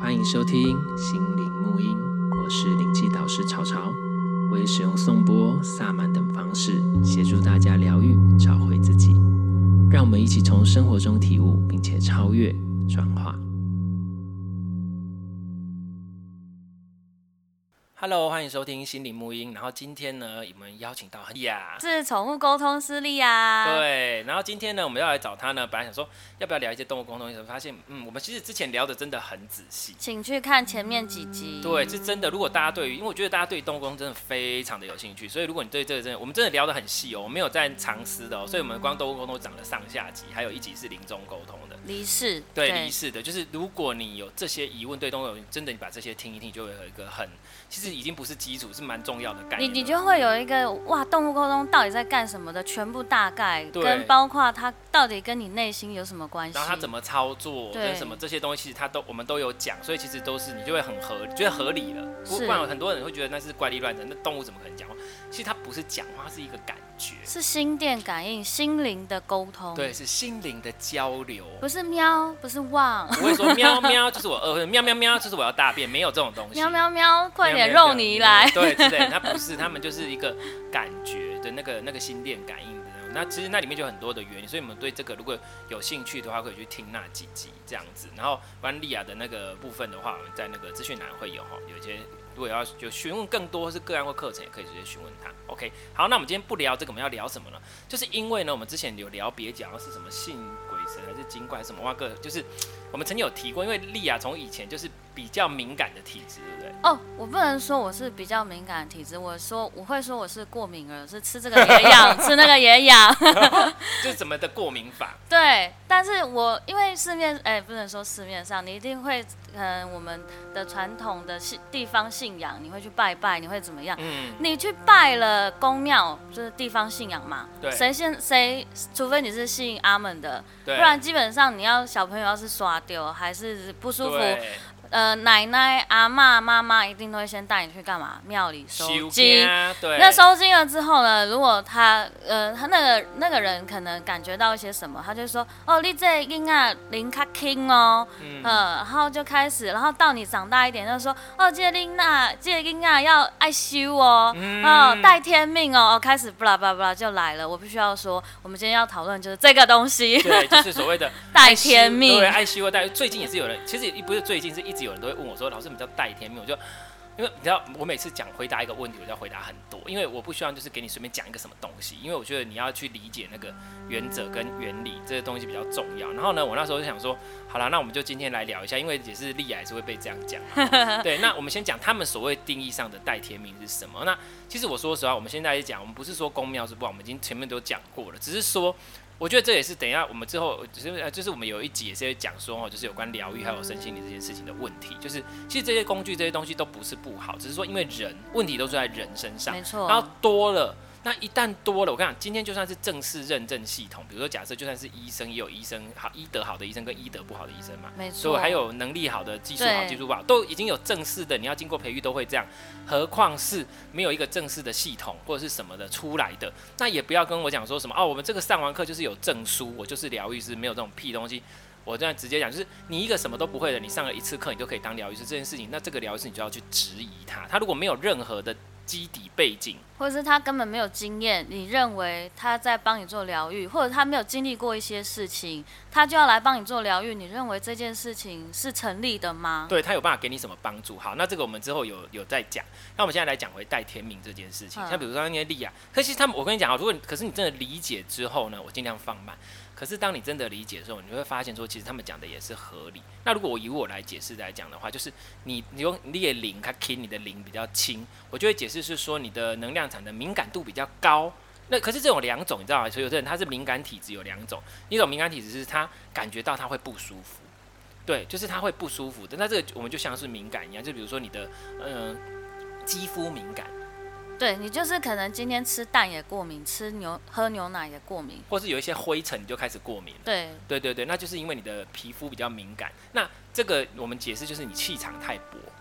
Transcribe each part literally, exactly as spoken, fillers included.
欢迎收听心灵沐音，我是灵气导师潮潮，我会使用颂钵、萨满等方式协助大家疗愈、找回自己。让我们一起从生活中体悟，并且超越、转化。Hello， 欢迎收听心灵沐音。然后今天呢，我们邀请到莉亚， 是宠物沟通师莉亚。 对，然后今天呢，我们要来找她呢，本来想说要不要聊一些动物沟通，发现，嗯，我们其实之前聊的真的很仔细， 请去看前面几集。 对，是真的。如果大家对于，因为我觉得大家对动物沟通真的非常的有兴趣，所以如果你对这个真的，我们真的聊得很细哦，我没有在藏私的哦，所以我们光动物沟通讲了上下集，还有一集是临终沟通的。 离世， 对，离世的，就是如果你有这些疑问，对动物真的你把这些听一听，就会有一个很，其实已经不是基础，是蛮重要的概念。 你你就会有一个哇，动物沟通到底在干什么的全部大概，跟包括它到底跟你内心有什么关系， 然后它怎么操作，跟什么这些东西，其实它都我们都有讲，所以其实都是你就会很合，觉得合理了。不然有很多人会觉得那是怪力乱神，那动物怎么可能讲话？其实它不是讲话，它是一个感觉， 是心电感应、心灵的沟通。 对，是心灵的交流， 不是喵，不是汪， 不会说喵喵就是我饿，喵喵喵就是我要大便，没有这种东西。 喵喵喵，快点肉泥来。 对，之类，它不是，他们就是一个感觉的那个那个心电感应的。那其实那里面就有很多的原理，所以我们对这个如果有兴趣的话，可以去听那几集这样子。然后关于莉亚的那个部分的话，我们在那个资讯栏会有哈，有一些如果要就询问更多是个案或课程，也可以直接询问他。OK， 好，那我们今天不聊这个，我们要聊什么呢？就是因为呢，我们之前有聊别讲是什么性鬼神还是精怪还是什么哇个，就是我们曾经有提过，因为莉亚从以前就是比较敏感的体质，对不对？ 哦，我不能说我是比较敏感的体质，我说我会说我是过敏儿，是吃这个也痒，吃那个也痒， 就是怎么的过敏法？ 对，但是我因为市面，哎、欸，不能说市面上，你一定会，可能我们的传统的地方信仰，你会去拜拜，你会怎么样？嗯，你去拜了宫庙，就是地方信仰嘛。 对。 谁先谁，除非你是信阿门的，不对， 然基本上你要小朋友要是刷丢还是不舒服。呃，奶奶、阿嬷、妈妈一定都会先带你去干嘛？庙里收金。 对。 那收金了之后呢？如果他呃他那个那个人可能感觉到一些什么，他就说哦，你这囡仔灵较轻哦，嗯、呃，然后就开始，然后到你长大一点，就说哦，这个囡仔，这个囡仔要爱修哦，嗯、哦，带天命哦，哦，开始布拉布拉布拉就来了。我必须要说，我们今天要讨论就是这个东西， 对，就是所谓的带天命， 对，爱修带。最近也是有人，其实不是最近，是一直有人都会问我说，老师，什么叫带天命？我就因为你知道，我每次讲回答一个问题，我就要回答很多，因为我不希望就是给你随便讲一个什么东西，因为我觉得你要去理解那个原则跟原理，这些东西比较重要。然后呢，我那时候就想说，好了，那我们就今天来聊一下，因为也是莉亚也是会被这样讲。对，那我们先讲他们所谓定义上的带天命是什么。那其实我说实话，我们现在讲，我们不是说宫庙是不好，我们已经前面都讲过了，只是说。我觉得这也是等一下我们之后，就是就是我们有一集也是会讲说，就是有关疗愈还有身心灵这件事情的问题。就是其实这些工具这些东西都不是不好，只是说因为人问题都是在人身上， 没错。 然后多了，那一旦多了，我跟你讲，今天就算是正式认证系统，比如说假设就算是医生，也有医生好医德好的医生跟医德不好的医生嘛， 没错。 所以还有能力好的、技术好、技术不好，都已经有正式的，你要经过培育都会这样。何况是没有一个正式的系统或者是什么的出来的，那也不要跟我讲说什么哦，我们这个上完课就是有证书，我就是疗愈师，没有这种屁东西。我这样直接讲，就是你一个什么都不会的，你上了一次课，你就可以当疗愈师这件事情，那这个疗愈师你就要去质疑他，他如果没有任何的基底背景， 或者是他根本没有经验，你认为他在帮你做疗愈，或者他没有经历过一些事情，他就要来帮你做疗愈，你认为这件事情是成立的吗？ 对，他有办法给你什么帮助？好，那这个我们之后有有在讲。那我们现在来讲回带天命这件事情，像比如说那些莉亚，可是他们我跟你讲啊，如果可是你真的理解之后呢，我尽量放慢。可是当你真的理解的时候，你会发现说，其实他们讲的也是合理。那如果我以我来解释来讲的话，就是你你用你的灵，它轻，你的灵比较轻，我就会解释是说你的能量场的敏感度比较高。那可是这种两种，你知道吗？所以有的人他是敏感体质有两种，一种敏感体质是他感觉到他会不舒服，对，就是他会不舒服的。那这个我们就像是敏感一样，就比如说你的呃肌肤敏感。 对，你就是可能今天吃蛋也过敏，吃牛喝牛奶也过敏， 或是有一些灰尘你就开始过敏了。 对对对对，那就是因为你的皮肤比较敏感。那这个我们解释就是你气场太薄。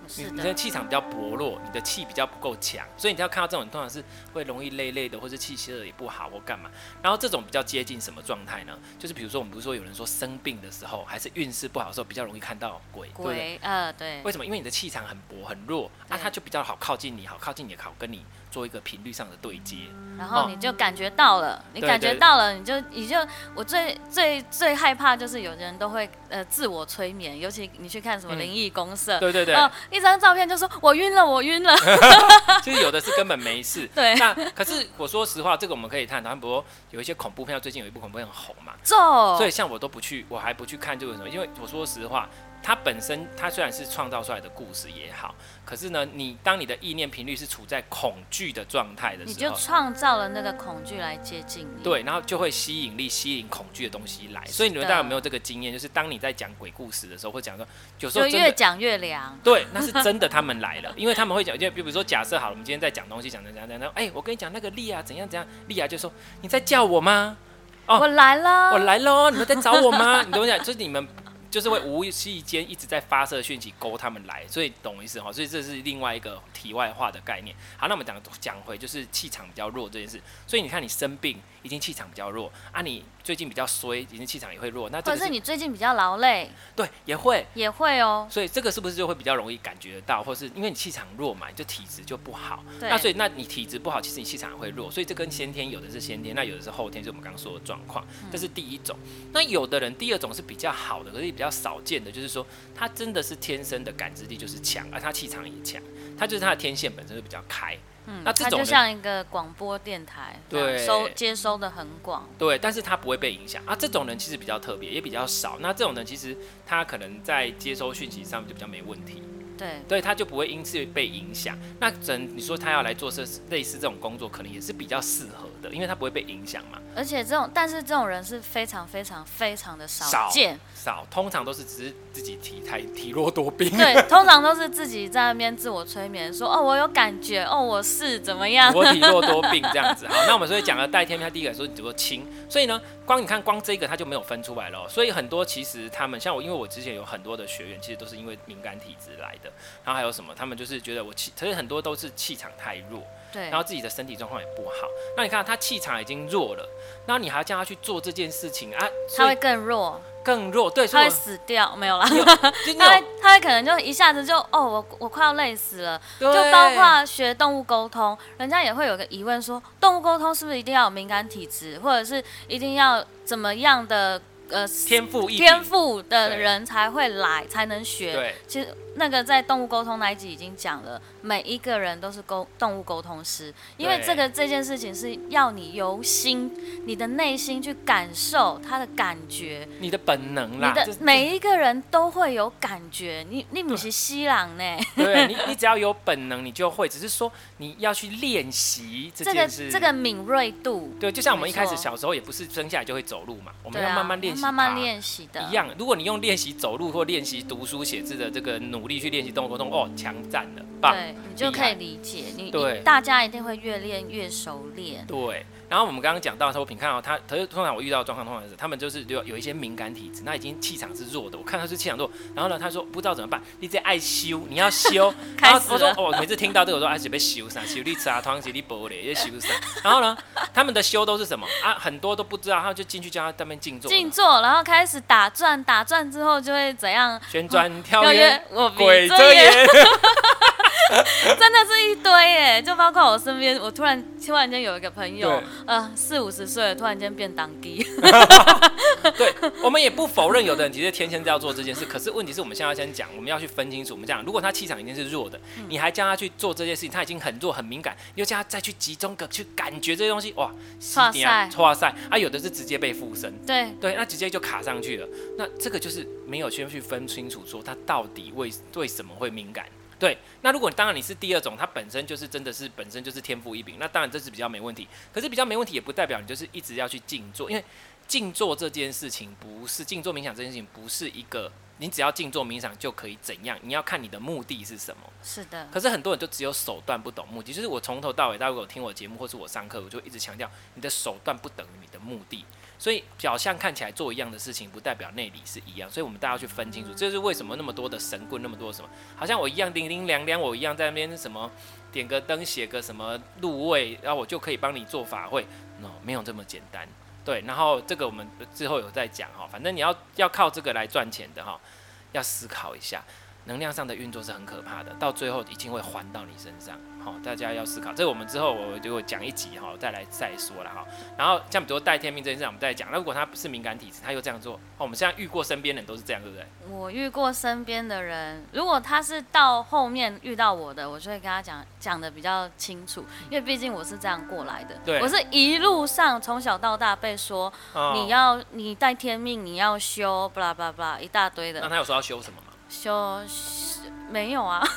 你你的气场比较薄弱，你的气比较不够强，所以你要看到这种通常是会容易累累的，或是气色也不好或干嘛。然后这种比较接近什么状态呢？就是比如说我们不是说有人说生病的时候，还是运势不好的时候，比较容易看到鬼， 鬼， 对不对？ 呃，对。 为什么？因为你的气场很薄很弱，啊，它就比较好靠近你，好靠近你，好跟你做一个频率上的对接。 然后你就感觉到了，哦、你感觉到了，你就你就我最最最害怕就是有人都会呃自我催眠，尤其你去看什么灵异公社、嗯， 对对对， 哦，一张照片就说我晕了，我晕了。 其实有的是根本没事。 对。 那可是我说实话，这个我们可以探讨。比如说有一些恐怖片，最近有一部恐怖片很红嘛， 咒。 所以像我都不去，我还不去看，就为什么？因为我说实话。它本身，它虽然是创造出来的故事也好，可是呢，你当你的意念频率是处在恐惧的状态的时候， 你就创造了那个恐惧来接近你。 对，然后就会吸引力吸引恐惧的东西来。所以你们大家有没有这个经验？就是当你在讲鬼故事的时候，会讲说，有时候就越讲越凉。 对，那是真的，他们来了，因为他们会讲，就比如说假设好了，我们今天在讲东西，讲讲讲讲讲，哎，我跟你讲那个莉亚怎样怎样，莉亚就说你在叫我吗？ 哦，我来了， 我来喽，你们在找我吗？你懂我讲，就是你们。就是会无意间一直在发射讯息勾他们来，所以懂我意思哈？所以这是另外一个题外话的概念。好，那我们讲讲回就是气场比较弱这件事。所以你看你生病，已经气场比较弱啊，你最近比较衰，已经气场也会弱。那这个是或者是你最近比较劳累， 对，也会也会哦。 所以这个是不是就会比较容易感觉得到，或是因为你气场弱嘛，你就体质就不好。那所以那你体质不好，其实你气场也会弱。所以这跟先天有的是先天，那有的是后天，就是我们刚刚说的状况。这是第一种。那有的人第二种是比较好的，可是比较少见的，就是说他真的是天生的感知力就是强，而他气场也强，他就是他的天线本身就比较开。 嗯，那这种就像一个广播电台，对，收接收的很广， 对，但是他不会被影响啊。这种人其实比较特别，也比较少。那这种人其实他可能在接收讯息上面就比较没问题。 对， 对，他就不会因此被影响。那整你说他要来做类似这种工作，可能也是比较适合的，因为他不会被影响嘛。 而且这种，但是这种人是非常非常非常的少见， 少，通常都是只是自己体太体弱多病。 对，通常都是自己在那边自我催眠，说哦，我有感觉，哦，我是怎么样， 我体弱多病这样子。好，那我们所以讲了带天命，他第一个说你只说轻，所以呢，光你看光这个他就没有分出来了。所以很多其实他们像我，因为我之前有很多的学员，其实都是因为敏感体质来的，然后还有什么。他们就是觉得我气，其实很多都是气场太弱， 对， 然后自己的身体状况也不好。那你看他气场已经弱了，那你还要叫他去做这件事情啊， 他会更弱， 更弱，对， 他会死掉，没有啦， 有他会他会可能就一下子就哦，我我快要累死了。就包括学动物沟通，人家也会有个疑问说，动物沟通是不是一定要有敏感体质，或者是一定要怎么样的？呃， 天赋天赋的人才会来，才能学。 对， 其实那个在动物沟通那一集已经讲了，每一个人都是沟动物沟通师，因为这个这件事情是要你由心，你的内心去感受他的感觉， 你的本能啦。 你的每一个人都会有感觉，你你不是西郎呢？ 对，你你只要有本能，你就会，只是说你要去练习这件事。 这个这个敏锐度， 对，就像我们一开始小时候也不是生下来就会走路嘛，我们要慢慢练习。 慢慢练习的一样，如果你用练习走路或练习读书写字的这个努力去练习动物沟通，哦，强赞了，棒， 对，你就可以理解，你对， 大家一定会越练越熟练。 对，然后我们刚刚讲到投屏，看到他，通常我遇到的状况通常是他们就是有有一些敏感体质，那已经气场是弱的，我看他是气场弱，然后呢，他说不知道怎么办，你这爱修，你要修，然后我说哦，每次听到这个我说哎，是被修啥，修你茶汤，修你玻璃，修啥，然后呢，他们的修都是什么啊？很多都不知道，他就进去叫他在那边静坐， 静坐，然后开始打转，打转之后就会怎样？ 旋转跳跃， 我鬼遮眼。 真的是一堆耶，就包括我身边，我突然突然间有一个朋友，呃，四五十岁，突然间变当机。 对，我们也不否认有的人其实天生要做这件事，可是问题是我们现在要先讲，我们要去分清楚。我们讲，如果他气场已经是弱的，嗯、你还叫他去做这件事情，他已经很弱很敏感，你就叫他再去集中个去感觉这些东西，哇， 哇塞， 哇塞，啊，有的是直接被附身， 对对，那直接就卡上去了。那这个就是没有先去分清楚，说他到底为为什么会敏感。对，那如果当然你是第二种，它本身就是真的是本身就是天赋异禀，那当然这是比较没问题。可是比较没问题也不代表你就是一直要去静坐，因为静坐这件事情不是静坐冥想这件事情不是一个你只要静坐冥想就可以怎样，你要看你的目的是什么。 是的。 可是很多人就只有手段不懂目的，就是我从头到尾，大家如果听我节目或是我上课，我就一直强调你的手段不等于你的目的。 所以表象看起来做一样的事情，不代表内里是一样，所以我们大家要去分清楚。这就是为什么那么多的神棍，那么多的什么，好像我一样叮叮凉凉，我一样在那边什么点个灯，写个什么入位，然后我就可以帮你做法会。no， 没有这么简单。对，然后这个我们之后有在讲哈，反正你要要靠这个来赚钱的哈，要思考一下。能量上的运作是很可怕的，到最后一定会还到你身上。好，大家要思考。这个我们之后我就会讲一集哈，再来再说了哈。然后像比如说带天命这件事，我们再讲。那如果他不是敏感体质，他又这样做，哦，我们现在遇过身边人都是这样，对不对？ 我遇过身边的人，如果他是到后面遇到我的，我就会跟他讲讲的比较清楚，因为毕竟我是这样过来的。 对， 我是一路上从小到大被说，哦、你要你带天命，你要修，巴拉巴拉一大堆的。 那他有说要修什么吗？ 修没有啊。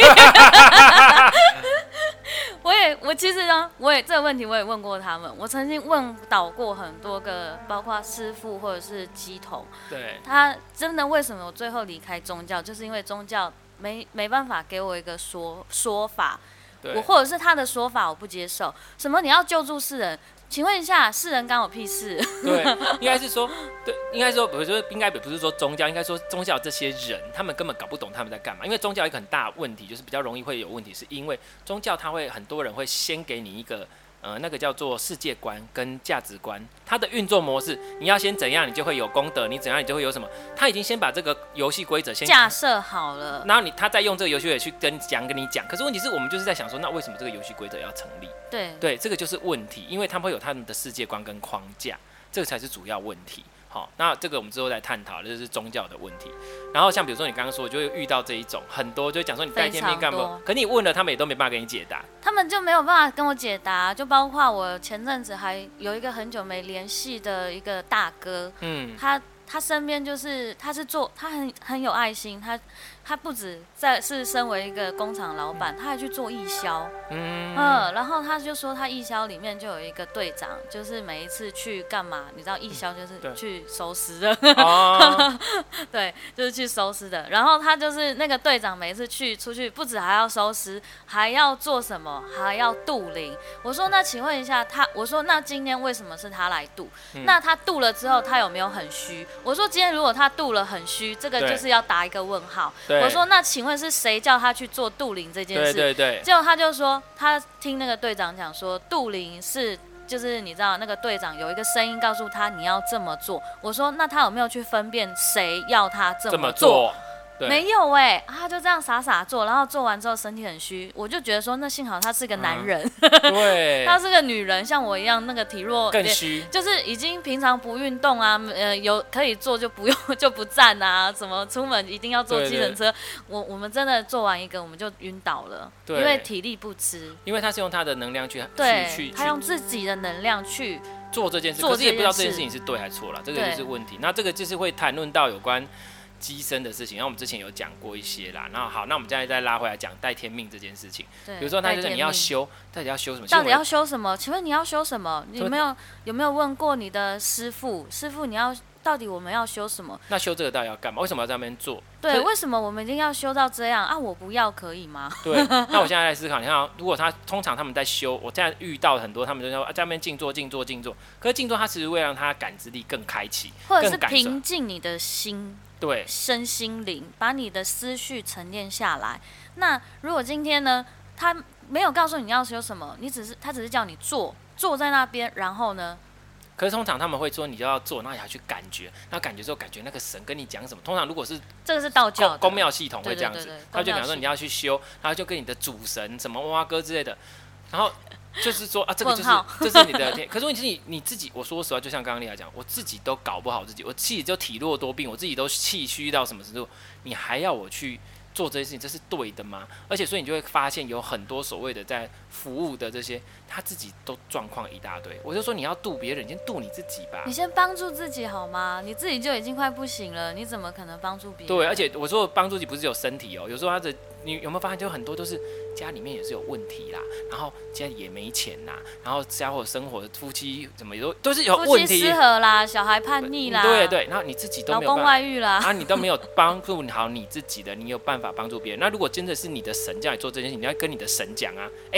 我也我其实呢，我也这个问题我也问过他们，我曾经问导过很多个，包括师父或者是乩童， 对， 他真的为什么我最后离开宗教，就是因为宗教没没办法给我一个说说法，我或者是他的说法我不接受，什么你要救助世人。请问一下，世人干我屁事？ 对，应该是说，对，应该说，我觉得应该不是说宗教，应该说宗教这些人，他们根本搞不懂他们在干嘛。因为宗教一个很大的问题，就是比较容易会有问题，是因为宗教它会很多人会先给你一个。呃，那个叫做世界观跟价值观，它的运作模式，你要先怎样，你就会有功德；你怎样，你就会有什么。他已经先把这个游戏规则先架设好了， 然后你他再用这个游戏规则去跟讲跟你讲。可是问题是我们就是在想说，那为什么这个游戏规则要成立？ 对对，这个就是问题，因为他们会有他们的世界观跟框架，这个才是主要问题。好，那这个我们之后再探讨，就是宗教的问题。然后像比如说你刚刚说，就会遇到这一种很多，就讲说你带天命干嘛？可你问了，他们也都没办法给你解答。 他们就没有办法跟我解答，就包括我前阵子还有一个很久没联系的一个大哥，嗯，他他身边就是他是做他很很有爱心，他他不止在是身为一个工厂老板，他还去做义消，嗯, 嗯，然后他就说他义消里面就有一个队长，就是每一次去干嘛，你知道义消就是去收尸的，哦、对，就是去收尸的。然后他就是那个队长，每一次去出去，不止还要收尸，还要做什么，还要渡灵。我说那请问一下他，我说那今天为什么是他来渡？嗯、那他渡了之后，他有没有很虚？我说今天如果他渡了很虚，这个就是要打一个问号。我说那请问是谁叫他去做渡灵这件事？ 对对对。 结果他就说，他听那个队长讲说，渡灵是就是你知道那个队长有一个声音告诉他你要这么做。我说那他有没有去分辨谁要他这么做？没有哎、欸啊，他就这样傻傻做，然后做完之后身体很虚，我就觉得说那幸好他是个男人，嗯、 对， 他是个女人，像我一样那个体弱更虚， 就是已经平常不运动啊，呃有可以做就不用就不站啊，什么出门一定要坐计程车，我我们真的做完一个我们就晕倒了，因为体力不支， 因为他是用他的能量去对去去， 他用自己的能量去做这件事，可是也不知道这件事情是对还是错了，这个就是问题。那这个就是会谈论到有关机身的事情，然后我们之前有讲过一些啦。然后好，那我们现在再拉回来讲带天命这件事情。比如说，他就是你要修，到底要修什么？ 到底要修什么？请问你要修什么？你有没有有没有问过你的师父？师父，你要到底我们要修什么？ 那修这个到底要干嘛？为什么要在那边做？ 对，为什么我们一定要修到这样啊？我不要可以吗？ 对，那我现在来思考，你看，如果他通常他们在修，我现在遇到很多，他们就说、啊、在那边静坐、静坐、静坐。可是静坐，它其实会让他感知力更开启， 或者是平静你的心。 对， 身心灵，把你的思绪沉淀下来。那如果今天呢，他没有告诉你要修什么，你只是他只是叫你坐，坐在那边，然后呢？ 可是通常他们会说你就要做，那你要去感觉，那感觉之后感觉那个神跟你讲什么。通常如果是这个是道教宫庙系统会这样子， 对对对对， 他就讲说你要去修，然后就跟你的主神什么哇哇哥之类的，然后。就是说啊，这个就是这是你的天，可是问题是你你自己，我说实话，就像刚刚丽雅讲，我自己都搞不好自己，我自己就体弱多病，我自己都气虚到什么程度，你还要我去做这些事情，这是对的吗？而且所以你就会发现有很多所谓的在服务的这些，他自己都状况一大堆。我就说你要度别人，你先度你自己吧。 你先帮助自己好吗？你自己就已经快不行了，你怎么可能帮助别人？ 对，而且我说帮助自己不是只有身体哦，有时候他的你有没有发现，就很多都是家里面也是有问题啦，然后家里也没钱啦，然后家伙生活夫妻怎么都都是有问题，夫妻失和啦，小孩叛逆啦， 对对，然后你自己都没有老公外遇啦， 啊，你都没有帮助好你自己的，你有办法帮助别人。那如果真的是你的神叫你做这件事，你要跟你的神讲啊，哎、欸。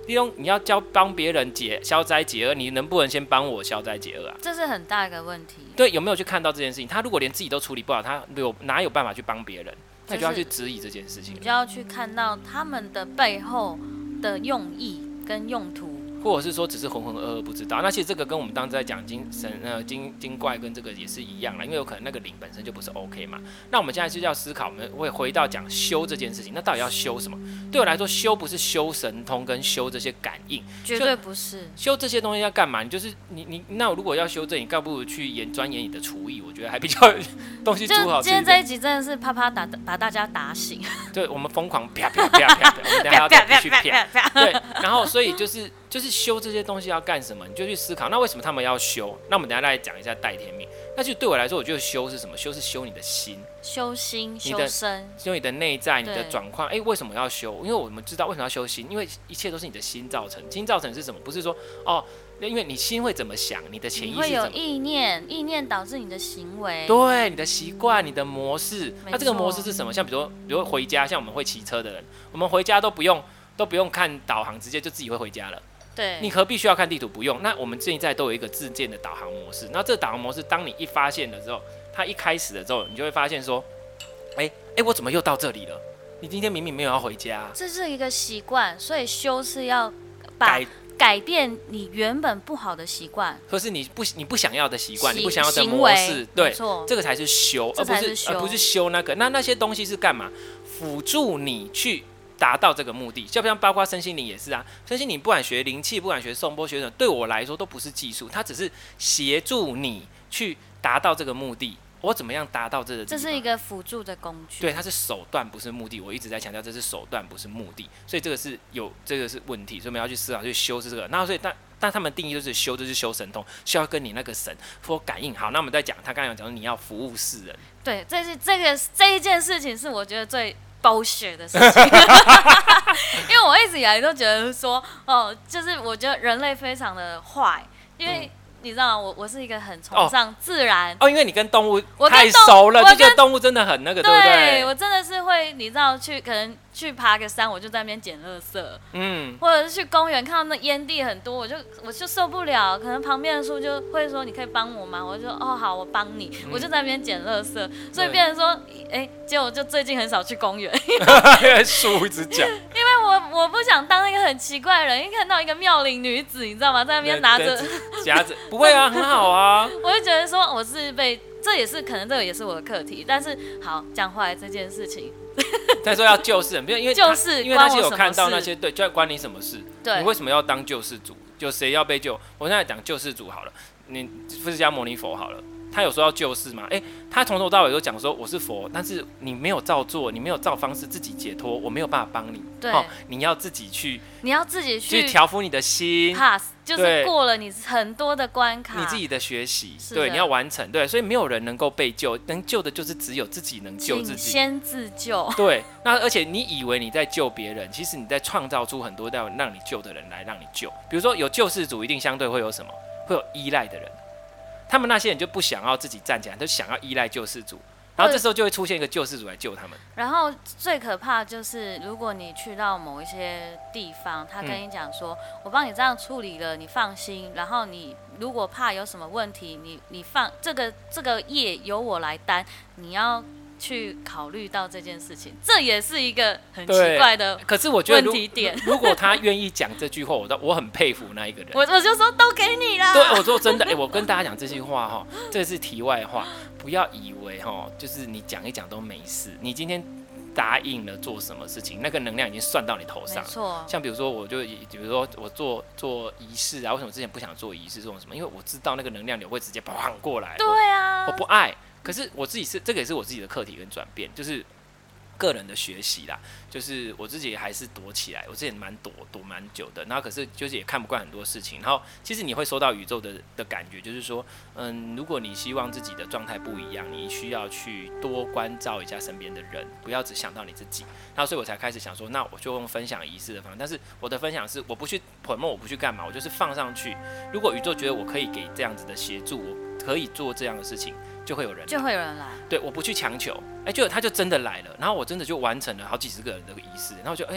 你用你要教帮别人解消灾解厄，你能不能先帮我消灾解厄啊？ 这是很大一个问题。 对，有没有去看到这件事情？他如果连自己都处理不好，他有哪有办法去帮别人？那就要去质疑这件事情， 你就要去看到他们的背后的用意跟用途。 或者是说只是浑浑噩噩不知道，那其实这个跟我们当时在讲精神呃精精怪跟这个也是一样啦，因为有可能那个灵本身就不是 OK 嘛。那我们现在就要思考，我们会回到讲修这件事情，那到底要修什么？对我来说，修不是修神通跟修这些感应， 绝对不是。 修这些东西要干嘛？你就是你你那我如果要修这，你倒不如去研钻研你的厨艺，我觉得还比较东西煮好吃。 今天这一集真的是啪啪打把大家打醒。 对，我们疯狂啪啪啪啪啪，我们等一下要再继续啪。对，然后所以就是。就是修这些东西要干什么，你就去思考。那为什么他们要修？那我们等一下来讲一下代天命。那就对我来说，我觉得修是什么？修是修你的心， 修心、修身， 修你的内在、你的转换。哎，为什么要修？因为我们知道为什么要修心，因为一切都是你的心造成。心造成是什么？不是说哦，因为你心会怎么想，你的潜意识会有意念，意念导致你的行为， 对，你的习惯、你的模式。那这个模式是什么？像比如说，比如回家，像我们会骑车的人，我们回家都不用都不用看导航，直接就自己会回家了。 对， 你何必需要看地图？不用。那我们现在都有一个自建的导航模式。那这个导航模式，当你一发现了之后，它一开始了之后，你就会发现说，哎、欸、哎、欸，我怎么又到这里了？你今天明明没有要回家、啊。 这是一个习惯，所以修是要把改变你原本不好的习惯， 或是你不你不想要的习惯，你不想要的模式，对，这个才是修，而不是而不是修那个。那那些东西是干嘛？辅助你去达到这个目的，就像包括身心灵也是啊。身心灵不管学灵气，不管学颂钵，学什么，对我来说都不是技术，它只是协助你去达到这个目的。我怎么样达到这个？ 这是一个辅助的工具。 对，它是手段，不是目的。我一直在强调，这是手段，不是目的。所以这个是有这个是问题，所以我们要去思考，去修是这个。那所以但但他们定义就是修，就是修神通，需要跟你那个神说感应。好，那我们再讲，他刚才有讲说你要服务世人。 对，这是这个这一件事情是我觉得最bullshit的事情，因为我一直以来都觉得说，哦，就是我觉得人类非常的坏，因为、嗯。你知道我我是一个很崇尚自然哦, 哦，因为你跟动物太熟了，就觉得动物真的很那个，对不对？ 对，我真的是会，你知道去可能去爬个山，我就在那边捡垃圾，嗯，或者是去公园看到那烟蒂很多，我就我就受不了，可能旁边的树就会说你可以帮我吗？我就说哦好，我帮你，嗯、我就在那边捡垃圾，所以变成说，哎、欸，结果就最近很少去公园， 因为树一直讲， 因为我我不想当那个很奇怪的人，一看到一个妙龄女子，你知道吗，在那边拿着夹着。不会啊，很好啊。 我就觉得说我是被，这也是可能这个也是我的课题，但是好讲回来这件事情。 再说要救世人，因为救世， 因为那些有看到那些对，就要关你什么事？ 对， 你为什么要当救世主？就谁要被救？我现在讲救世主好了，你释迦牟尼佛好了。他有说要救世吗？哎、欸，他从头到尾都讲说我是佛，但是你没有照做，你没有照方式自己解脱，我没有办法帮你。 对、哦， 你要自己去， 你要自己去去调服你的心 ，pass 就是过了你很多的关卡， 你自己的学习，对，你要完成，对，所以没有人能够被救，能救的就是只有自己能救自己， 先自救。 对，那而且你以为你在救别人，其实你在创造出很多让让你救的人来让你救。比如说有救世主，一定相对会有什么？会有依赖的人。他们那些人就不想要自己站起来，就想要依赖救世主，然后这时候就会出现一个救世主来救他们。 然后最可怕就是，如果你去到某一些地方，他跟你讲说：“嗯、我帮你这样处理了，你放心。然后你如果怕有什么问题，你你放这个这个业由我来担，你要去考虑到这件事情。”这也是一个很奇怪的可是我觉得问题点。 如果他愿意讲这句话，我我很佩服那一个人。 我我就说都给你啦。 对，我说真的，哎、欸，我跟大家讲这句话哈，这是题外话，不要以为哈，就是你讲一讲都没事。你今天答应了做什么事情，那个能量已经算到你头上。 没错。 像比如说，我就比如说我做做仪式啊，为什么之前不想做仪式，做什么？因为我知道那个能量流会直接砰过来。 对啊。 我, 我不爱。可是我自己是这个也是我自己的课题跟转变，就是个人的学习啦。就是我自己还是躲起来，我之前蛮躲躲蛮久的，然后可是就是也看不惯很多事情。然后其实你会收到宇宙的的感觉，就是说，嗯，如果你希望自己的状态不一样，你需要去多关照一下身边的人，不要只想到你自己。然后所以我才开始想说，那我就用分享仪式的方式。但是我的分享是，我不去 promote， 我不去干嘛，我就是放上去。如果宇宙觉得我可以给这样子的协助，我可以做这样的事情。就会有人来， 就会有人来。 对，我不去强求，哎、欸，就他就真的来了，然后我真的就完成了好几十个人的仪式，然后就哎、欸，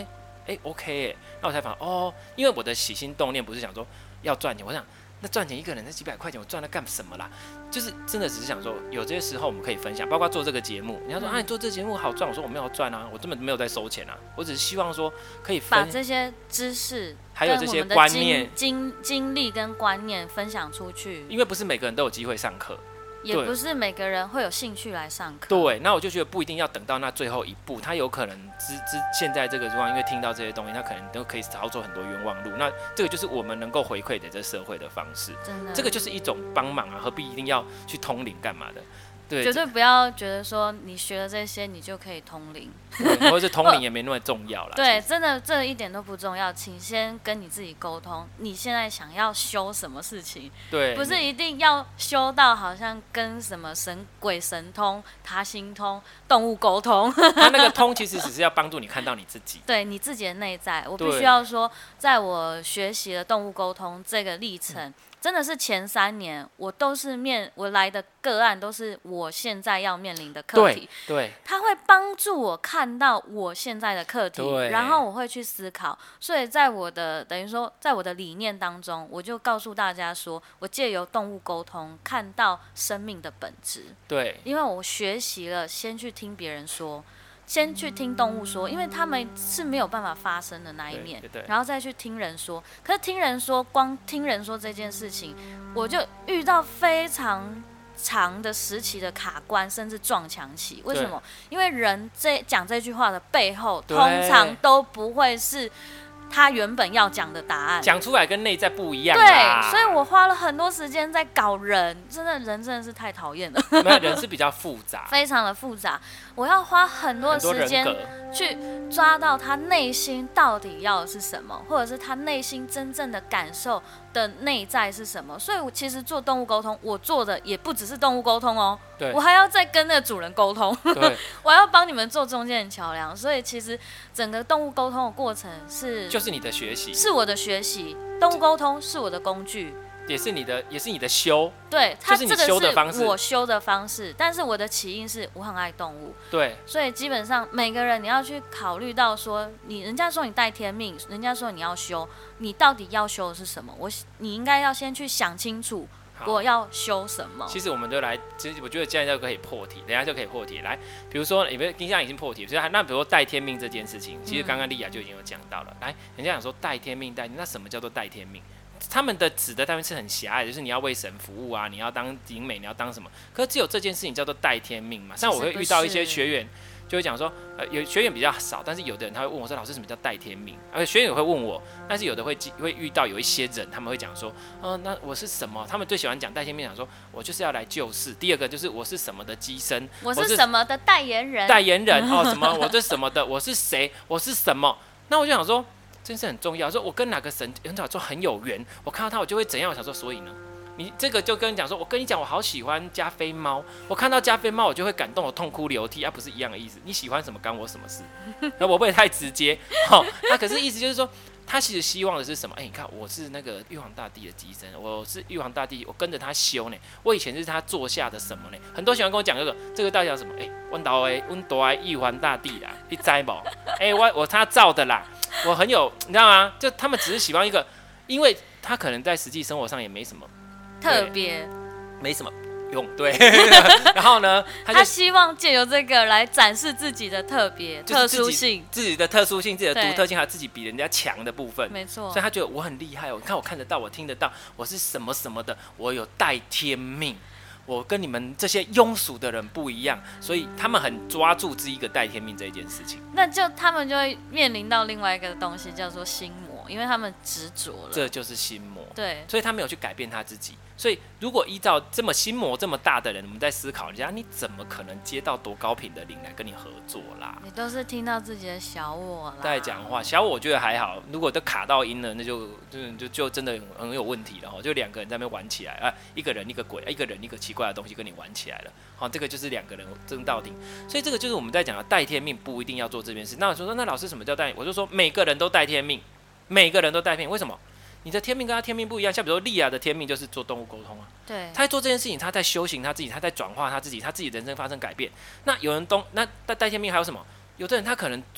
哎、欸、，OK 哎，那我才发现哦，因为我的起心动念不是想说要赚钱，我想那赚钱一个人那几百块钱我赚了干什么啦？就是真的只是想说有这些时候我们可以分享，包括做这个节目，你要说啊你做这个节目好赚，我说我没有要赚啊，我根本没有在收钱啊，我只是希望说可以分把这些知识还有这些观念、 经经历跟观念分享出去， 因为不是每个人都有机会上课。 也不是每个人会有兴趣来上课。 对，那我就觉得不一定要等到那最后一步，他有可能之之现在这个状况，因为听到这些东西，他可能都可以操作很多冤枉路。那这个就是我们能够回馈给这社会的方式。 真的， 这个就是一种帮忙啊，何必一定要去通灵干嘛的？对， 绝对不要觉得说你学了这些你就可以通灵， 或者是通灵也没那么重要啦。 对，真的这一点都不重要，请先跟你自己沟通，你现在想要修什么事情？ 对， 不是一定要修到好像跟什么神鬼神通、他心通、动物沟通。 他那个通其实只是要帮助你看到你自己， 对你自己的内在。我必须要说，在我学习了动物沟通这个历程。嗯，真的是前三年，我都是面我来的个案，都是我现在要面临的课题。 对，对， 它会帮助我看到我现在的课题，然后我会去思考。所以在我的等于说，在我的理念当中，我就告诉大家说，我借由动物沟通看到生命的本质。 对， 因为我学习了，先去听别人说。先去听动物说，因为他们是没有办法发声的那一面， 对对对， 然后再去听人说。可是听人说，光听人说这件事情，我就遇到非常长的时期的卡关，甚至撞墙期。为什么？因为人这讲这句话的背后，通常都不会是他原本要讲的答案， 讲出来跟内在不一样。 对，所以我花了很多时间在搞人，真的人真的是太讨厌了。 没有，人是比较复杂， 非常的复杂。我要花很多时间去抓到他内心到底要的是什么，或者是他内心真正的感受的内在是什么。所以，我其实做动物沟通，我做的也不只是动物沟通哦， 对， 我还要再跟那个主人沟通， 对， 我要帮你们做中间的桥梁。所以，其实整个动物沟通的过程是， 就是你的学习， 是我的学习，动物沟通是我的工具。 也是你的，也是你的修， 对，它就是你修的方式， 我修的方式。但是我的起因是我很爱动物， 对， 所以基本上每个人你要去考虑到说，你人家说你带天命，人家说你要修，你到底要修的是什么？我你应该要先去想清楚，我要修什么。 其实我们就来，其实我觉得现在就可以破题，等一下就可以破题。来，比如说，因为丁香已经破题，所以那比如说带天命这件事情，其实刚刚丽雅就已经有讲到了。嗯、来，人家讲说带天命带，那什么叫做带天命？他们的指的当然是很狭隘，就是你要为神服务啊，你要当灵媒，你要当什么？可是只有这件事情叫做带天命嘛。像我会遇到一些学员，就会讲说，呃，有学员比较少，但是有的人他会问我说，老师什么叫带天命？而且学员也会问我，但是有的会会遇到有一些人，他们会讲说，呃，那我是什么？他们最喜欢讲带天命，讲说我就是要来救世。第二个就是我是什么的机身， 我是什么的代言人， 代言人哦，什么我是什么的，我是谁？我是什么？那我就想说。真是很重要。说我跟哪个神很早说很有缘，我看到他我就会怎样？我想说，所以呢，你这个就跟你讲说，我跟你讲，我好喜欢加菲猫，我看到加菲猫我就会感动，我痛哭流涕，啊，不是一样的意思？你喜欢什么干我什么事？那我不会太直接，好、哦，那可是意思就是说，他其实希望的是什么？哎、欸，你看我是那个玉皇大帝的机身，我是玉皇大帝，我跟着他修呢。我以前是他座下的什么呢？很多喜欢跟我讲这个，这个到底叫什么？哎、欸，我到哎，我多爱玉皇大帝啦，你知不？哎、欸，我我他造的啦。我很有，你知道吗？就他们只是喜欢一个，因为他可能在实际生活上也没什么特别， 没什么用，对。然后呢，他, 他希望借由这个来展示自己的特别、特殊性， 自己的特殊性、自己的独特性，还有自己比人家强的部分。 没错， 所以他觉得我很厉害哦。你看我看得到，我听得到，我是什么什么的，我有带天命。我跟你们这些庸俗的人不一样，所以他们很抓住这一个带天命这一件事情。 那就他们就会面临到另外一个东西，叫做心魔，因为他们执着了。 这就是心魔。 对， 所以他没有去改变他自己。所以如果依照这么心魔这么大的人，我们在思考人家，你怎么可能接到多高频的灵来跟你合作啦？ 你都是听到自己的小我啦。 在讲话，小我我觉得还好，如果都卡到音了，那就就就就真的很有问题了哈。就两个人在那边玩起来啊，一个人一个鬼，一个人一个奇怪的东西跟你玩起来了。好，这个就是两个人争到底。所以这个就是我们在讲的带天命，不一定要做这件事。那我说那老师什么叫带？我就说每个人都带天命，每个人都带天命。为什么？你的天命跟他天命不一样，像比如说莉亚的天命就是做动物沟通啊， 对， 他在做这件事情，他在修行他自己，他在转化他自己，他自己人生发生改变。那有人东那带带天命还有什么？有的人他可能做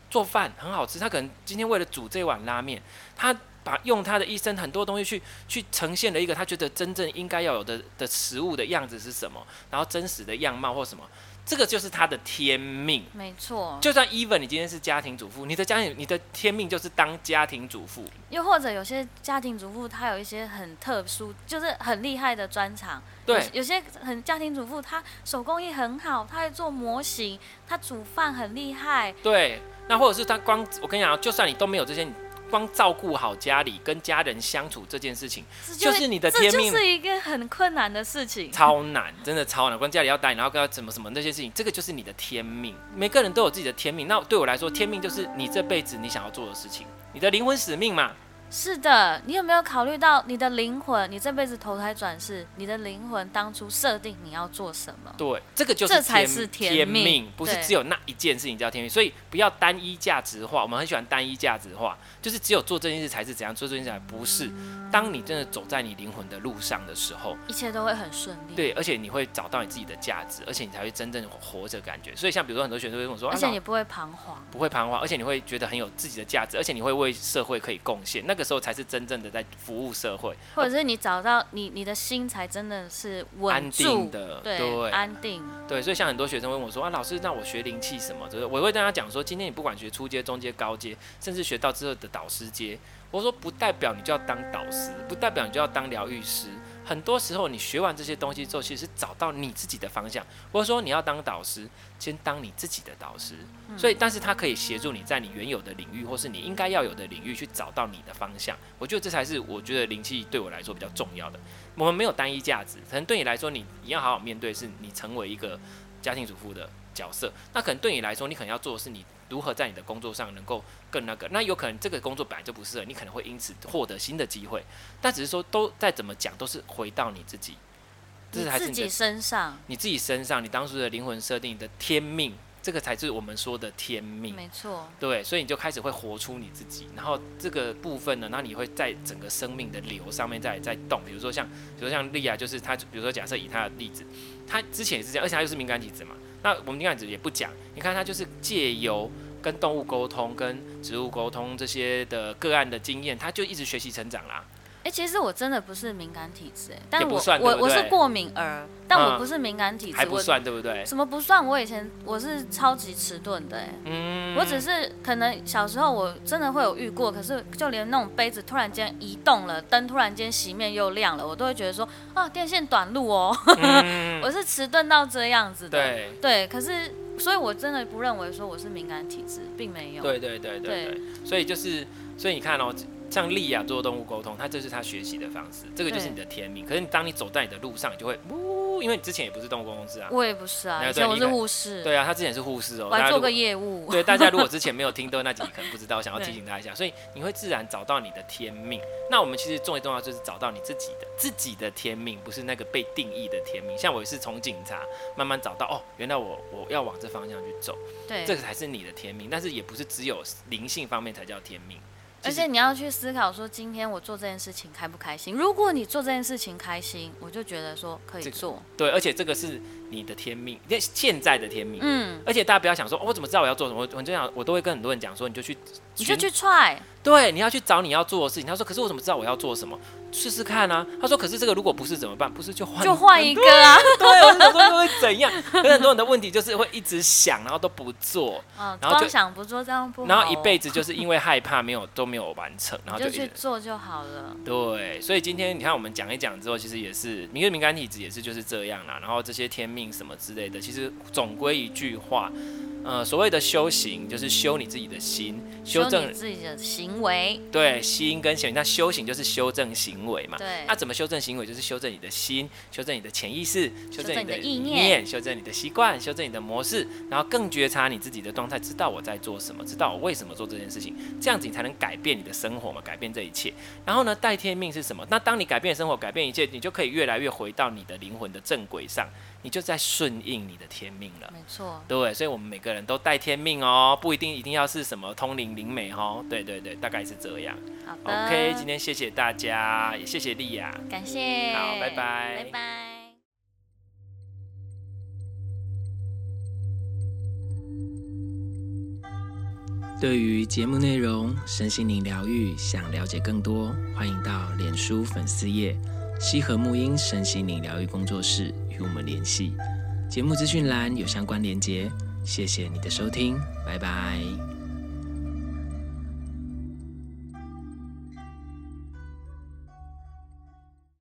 做饭很好吃，他可能今天为了煮这碗拉面，他把用他的一生很多东西去去呈现了一个他觉得真正应该要有的的食物的样子是什么，然后真实的样貌或什么，这个就是他的天命。 没错。 就算 even 你今天是家庭主妇，你的家庭你的天命就是当家庭主妇。 又或者有些家庭主妇，她有一些很特殊，就是很厉害的专长。 对， 有, 有些很家庭主妇，她手工艺很好，她会做模型，她煮饭很厉害。 对，那或者是她光，我跟你讲，就算你都没有这些，你光照顾好家里跟家人相处这件事情，就, 就是你的天命。 这就是一个很困难的事情， 超难，真的超难。光家里要带，然后跟怎么什么那些事情，这个就是你的天命。每个人都有自己的天命。那对我来说，天命就是你这辈子你想要做的事情，你的灵魂使命嘛。 是的，你有没有考虑到你的灵魂？你这辈子投胎转世，你的灵魂当初设定你要做什么？ 对，这个就是 天, 这才是天命， 天命不是只有那一件事情叫天命。所以不要单一价值化，我们很喜欢单一价值化，就是只有做这件事才是怎样，做这件事才不是。当你真的走在你灵魂的路上的时候， 一切都会很顺利。 对，而且你会找到你自己的价值，而且你才会真正活着感觉。所以像比如说很多学生会跟我说， 而且你不会彷徨， 不会彷徨，而且你会觉得很有自己的价值，而且你会为社会可以贡献。那个时候才是真正的在服务社会， 或者是你找到你你的心才真的是稳安定的， 对， 对， 安定， 对。所以像很多学生问我说啊，老师，那我学灵气什么？我会跟他讲说，今天你不管学初阶、中阶、高阶，甚至学到之后的导师阶，我说不代表你就要当导师，不代表你就要当疗愈师。很多时候你学完这些东西之后，其实是找到你自己的方向。或者说你要当导师，先当你自己的导师。所以，但是它可以协助你在你原有的领域，或是你应该要有的领域去找到你的方向。我觉得这才是我觉得灵气对我来说比较重要的。我们没有单一价值，可能对你来说，你你要好好面对，是你成为一个家庭主妇的角色。那可能对你来说，你可能要做的是你如何在你的工作上能够更那个。那有可能这个工作本来就不适合，你可能会因此获得新的机会。但只是说，都再怎么讲，都是回到你自己， 这是还是你自己身上， 你自己身上，你当初的灵魂设定，你的天命。这个才是我们说的天命， 没错。 对，所以你就开始会活出你自己，然后这个部分呢，然后你会在整个生命的流上面再再动。比如说像，比如说像莉亚，就是她，比如说假设以她的例子，她之前也是这样，而且她又是敏感体质嘛。那我们敏感体质也不讲，你看她就是借由跟动物沟通、跟植物沟通这些的个案的经验，她就一直学习成长啦。 哎、欸，其实我真的不是敏感体质，哎，但我我我我是过敏儿，但我不是敏感体质、嗯， 还不算对不对？ 什么不算？我以前我是超级迟钝的，哎，嗯，我只是可能小时候我真的会有遇过，可是就连那种杯子突然间移动了，灯突然间熄灭又亮了，我都会觉得说啊，电线短路哦，嗯、我是迟钝到这样子的， 对对，可是所以我真的不认为说我是敏感体质，并没有， 对对对对 对, 对，所以就是所以你看哦。像莉亚做动物沟通，它这是她学习的方式，这个就是你的天命。可是你当你走在你的路上，你就会呜，因为你之前也不是动物沟通师啊， 我也不是啊，以前我是护士。 对啊，他之前是护士哦， 我还做个业务。 对，大家如果之前没有听到那集，可能不知道，想要提醒他一下。所以你会自然找到你的天命。那我们其实最重要就是找到你自己的自己的天命，不是那个被定义的天命。像我也是从警察慢慢找到，哦，原来我我要往这方向去走， 对， 这个才是你的天命。但是也不是只有灵性方面才叫天命。 而且你要去思考说，今天我做这件事情开不开心？如果你做这件事情开心，我就觉得说可以做。这个、 对，而且这个是你的天命，现在的天命。嗯。而且大家不要想说，哦、我怎么知道我要做什么？我我就想，我都会跟很多人讲说，你就去， 你就去 try。 对，你要去找你要做的事情。他说，可是我怎么知道我要做什么？试试看啊。他说，可是这个如果不是怎么办？不是就换就换一个啊？ 对，我想说会怎样？可是很多人的问题就是会一直想，然后都不做， 嗯、 然后光想不做这样不好、哦。 然后一辈子就是因为害怕没有都没有完成，然后就就去做就好了。 对，所以今天你看我们讲一讲之后，其实也是因为敏感体质也是就是这样啦。然后这些天命什么之类的，其实总归一句话。呃，所谓的修行就是修你自己的心，修正你自己的行为。 对，心跟行为，那修行就是修正行为嘛。 对。 那、啊、怎么修正行为？就是修正你的心，修正你的潜意识，修正你的意念， 修正你的习惯，修正你的模式，然后更觉察你自己的状态，知道我在做什么，知道我为什么做这件事情，这样子你才能改变你的生活嘛，改变这一切。然后呢，带天命是什么？那当你改变生活，改变一切，你就可以越来越回到你的灵魂的正轨上。你就在顺应你的天命了， 没错， 对，所以我们每个人都带天命哦，不一定一定要是什么通灵灵媒哦，对对对，大概是这样。 好的 ，OK， 今天谢谢大家，也谢谢莉亚， 感谢， 好，拜拜， 拜拜。 对于节目内容、身心灵疗愈，想了解更多，欢迎到脸书粉丝页西和沐音身心灵疗愈工作室与我们联系。节目资讯栏有相关连结。谢谢你的收听，拜拜。